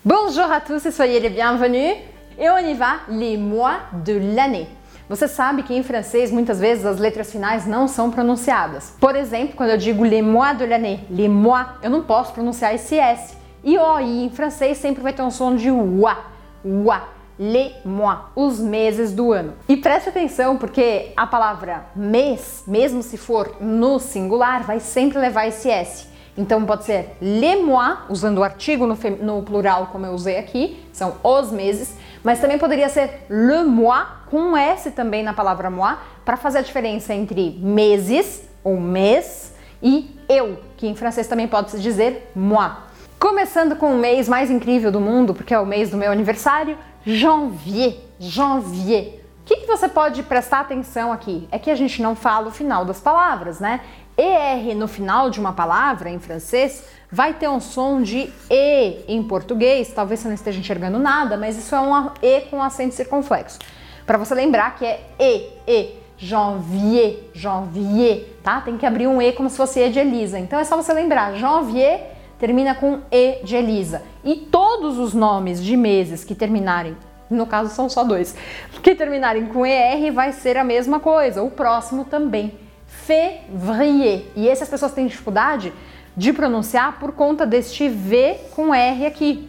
Bonjour à tous et soyez les bienvenus. Et on y va, les mois de l'année. Você sabe que em francês, muitas vezes, as letras finais não são pronunciadas. Por exemplo, quando eu digo les mois de l'année, les mois, eu não posso pronunciar esse S. E o I em francês sempre vai ter um som de UA, UA, les mois, os meses do ano. E preste atenção porque a palavra mês, mesmo se for no singular, vai sempre levar esse S. Então pode ser les mois, usando o artigo no plural como eu usei aqui, são os meses, mas também poderia ser le mois, com um S também na palavra mois, para fazer a diferença entre meses, ou mês, e eu, que em francês também pode se dizer moi. Começando com o mês mais incrível do mundo, porque é o mês do meu aniversário, janvier, janvier. O que você pode prestar atenção aqui? É que a gente não fala o final das palavras, né? ER no final de uma palavra em francês vai ter um som de E em português. Talvez você não esteja enxergando nada, mas isso é um E com acento circunflexo. Para você lembrar que é E, janvier, janvier, tá? Tem que abrir um E como se fosse E de Elisa. Então é só você lembrar, janvier termina com E de Elisa. E todos os nomes de meses que terminarem, no caso são só dois, que terminarem com ER vai ser a mesma coisa, o próximo também. Février. E essas pessoas têm dificuldade de pronunciar por conta deste V com R aqui.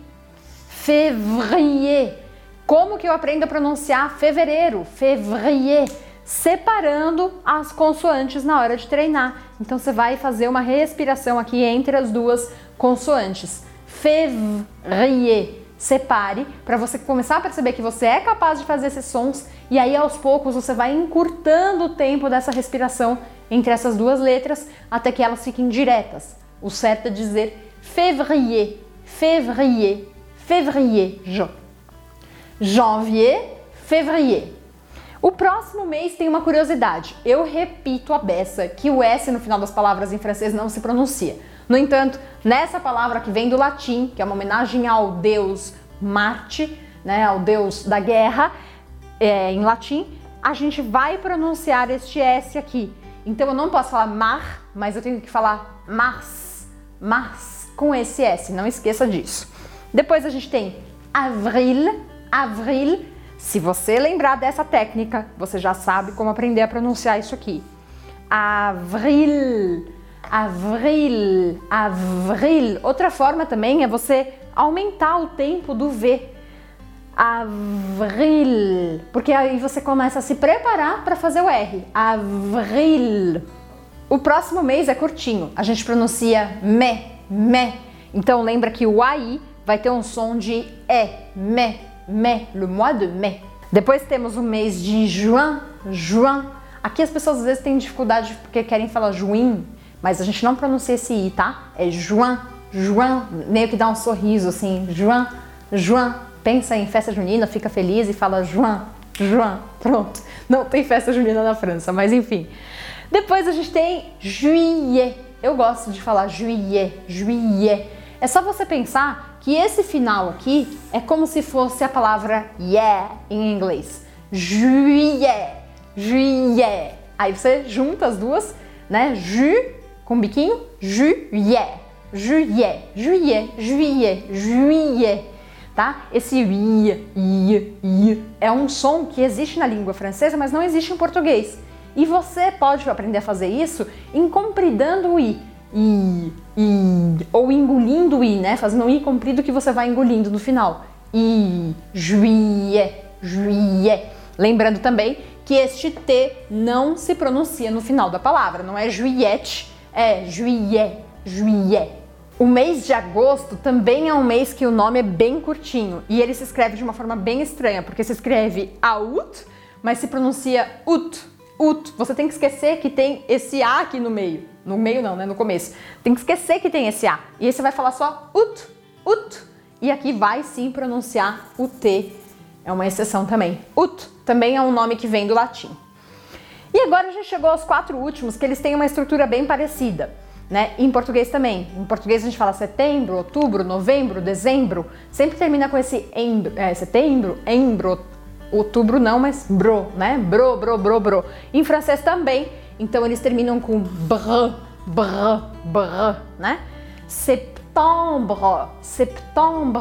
Février. Como que eu aprendo a pronunciar fevereiro? Février. Separando as consoantes na hora de treinar. Então você vai fazer uma respiração aqui entre as duas consoantes. Février. Separe para você começar a perceber que você é capaz de fazer esses sons e aí aos poucos você vai encurtando o tempo dessa respiração entre essas duas letras até que elas fiquem diretas. O certo é dizer février, février, février, janvier, février. O próximo mês tem uma curiosidade. Eu repito a beça que o S no final das palavras em francês não se pronuncia. No entanto, nessa palavra que vem do latim, que é uma homenagem ao deus Marte, né, ao deus da guerra, em latim, a gente vai pronunciar este S aqui. Então eu não posso falar mar, mas eu tenho que falar mars, mars, com esse S, não esqueça disso. Depois a gente tem avril, avril. Se você lembrar dessa técnica, você já sabe como aprender a pronunciar isso aqui. Avril, avril, avril. Outra forma também é você aumentar o tempo do V. Avril. Porque aí você começa a se preparar para fazer o R. Avril. O próximo mês é curtinho. A gente pronuncia mai, mai. Então lembra que o AI vai ter um som de E. Mai, mai. Le mois de mai. Depois temos o mês de juin, juin. Aqui as pessoas às vezes têm dificuldade porque querem falar juin, mas a gente não pronuncia esse I, tá? É juin, juin, meio que dá um sorriso assim, juin, juin. Pensa em festa junina, fica feliz e fala juin, juin. Pronto. Não tem festa junina na França, mas enfim. Depois a gente tem juillet. Eu gosto de falar juillet, juillet. É só você pensar que esse final aqui é como se fosse a palavra yeah em inglês. Juillet, juillet. Aí você junta as duas, né? Ju com biquinho, juillet, juillet, juillet, juillet, juillet, tá? Esse i é um som que existe na língua francesa, mas não existe em português. E você pode aprender a fazer isso incompridando o i, ou engolindo o i, né? Fazendo um i comprido que você vai engolindo no final. Juillet, juillet. Lembrando também que este T não se pronuncia no final da palavra, não é juillet, é juillet, juillet. O mês de agosto também é um mês que o nome é bem curtinho e ele se escreve de uma forma bem estranha, porque se escreve août, mas se pronuncia ut, ut. Você tem que esquecer que tem esse A aqui no meio. No meio não, né? No começo. Tem que esquecer que tem esse A. E aí você vai falar só ut, ut. E aqui vai sim pronunciar o T. É uma exceção também. Ut também é um nome que vem do latim. E agora a gente chegou aos 4 últimos, que eles têm uma estrutura bem parecida, né? Em português também. Em português a gente fala setembro, outubro, novembro, dezembro. Sempre termina com esse setembro, embro. Outubro não, mas bro, né? Bro, bro, bro, bro. Em francês também. Então eles terminam com br, br, br, né? Septembre, septembre.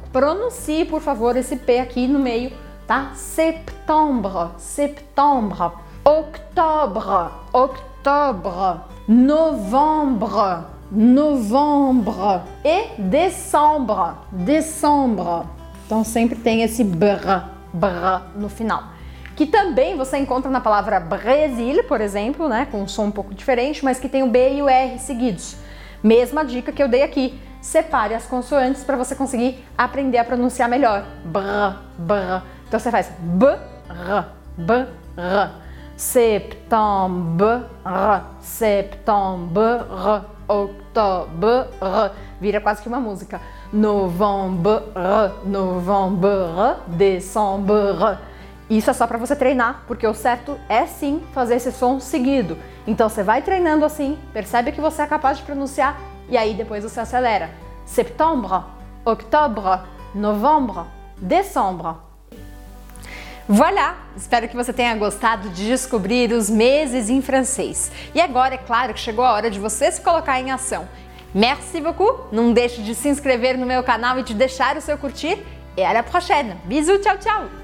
pronuncie, por favor, esse P aqui no meio, tá? Septembre, septembre. Octobre, octobre. Novembre, novembre. E décembre, décembre. Então sempre tem esse brr, brr no final. Que também você encontra na palavra Brasil, por exemplo, né? Com um som um pouco diferente, mas que tem o B e o R seguidos. Mesma dica que eu dei aqui. Separe as consoantes para você conseguir aprender a pronunciar melhor. Brr, brr. Então você faz B, R, B, R. Septembre, septembre, octobre. Vira quase que uma música. Novembre, novembre, décembre. Isso é só para você treinar, porque o certo é sim fazer esse som seguido. Então você vai treinando assim, percebe que você é capaz de pronunciar e aí depois você acelera. Septembre, octobre, novembre, décembre. Voilà! Espero que você tenha gostado de descobrir os meses em francês. E agora, é claro que chegou a hora de você se colocar em ação. Merci beaucoup! Não deixe de se inscrever no meu canal e de deixar o seu curtir. E à la prochaine! Bisous, tchau, tchau!